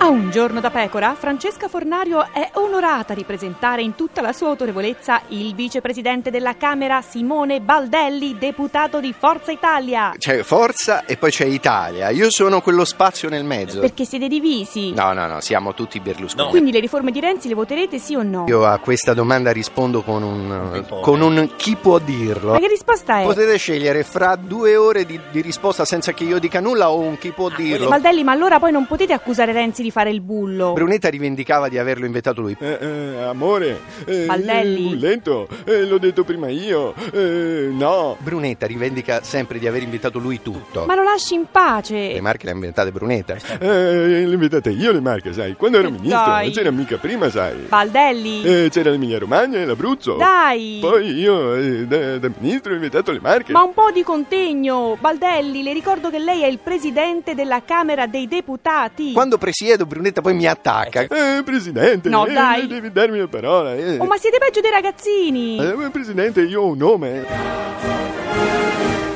Un giorno da pecora, Francesca Fornario è onorata di presentare in tutta la sua autorevolezza il vicepresidente della Camera Simone Baldelli, deputato di Forza Italia. C'è Forza e poi c'è Italia. Io sono quello spazio nel mezzo. Perché siete divisi? No, siamo tutti Berlusconi. Quindi le riforme di Renzi le voterete sì o no? Io a questa domanda rispondo con un chi può dirlo. Ma che risposta è? Potete scegliere fra 2 ore di risposta senza che io dica nulla o un chi può dirlo. Baldelli, ma allora poi non potete accusare Renzi di fare il bullo. Brunetta rivendicava di averlo inventato lui. Amore, Baldelli. lento, l'ho detto prima io, no. Brunetta rivendica sempre di aver inventato lui tutto. Ma lo lasci in pace. Le marche le ha inventate Brunetta. Le inventate io le marche, sai, quando ero ministro Dai. non c'era mica prima, sai. Baldelli. C'era l'Emilia Romagna e l'Abruzzo. Dai. Poi io da ministro ho inventato le marche. Ma un po' di contegno. Baldelli, le ricordo che lei è il presidente della Camera dei Deputati. Quando presiedo Brunetta poi mi attacca. Presidente, No, dai. devi darmi la parola. Oh, ma siete peggio dei ragazzini. Presidente, io ho un nome.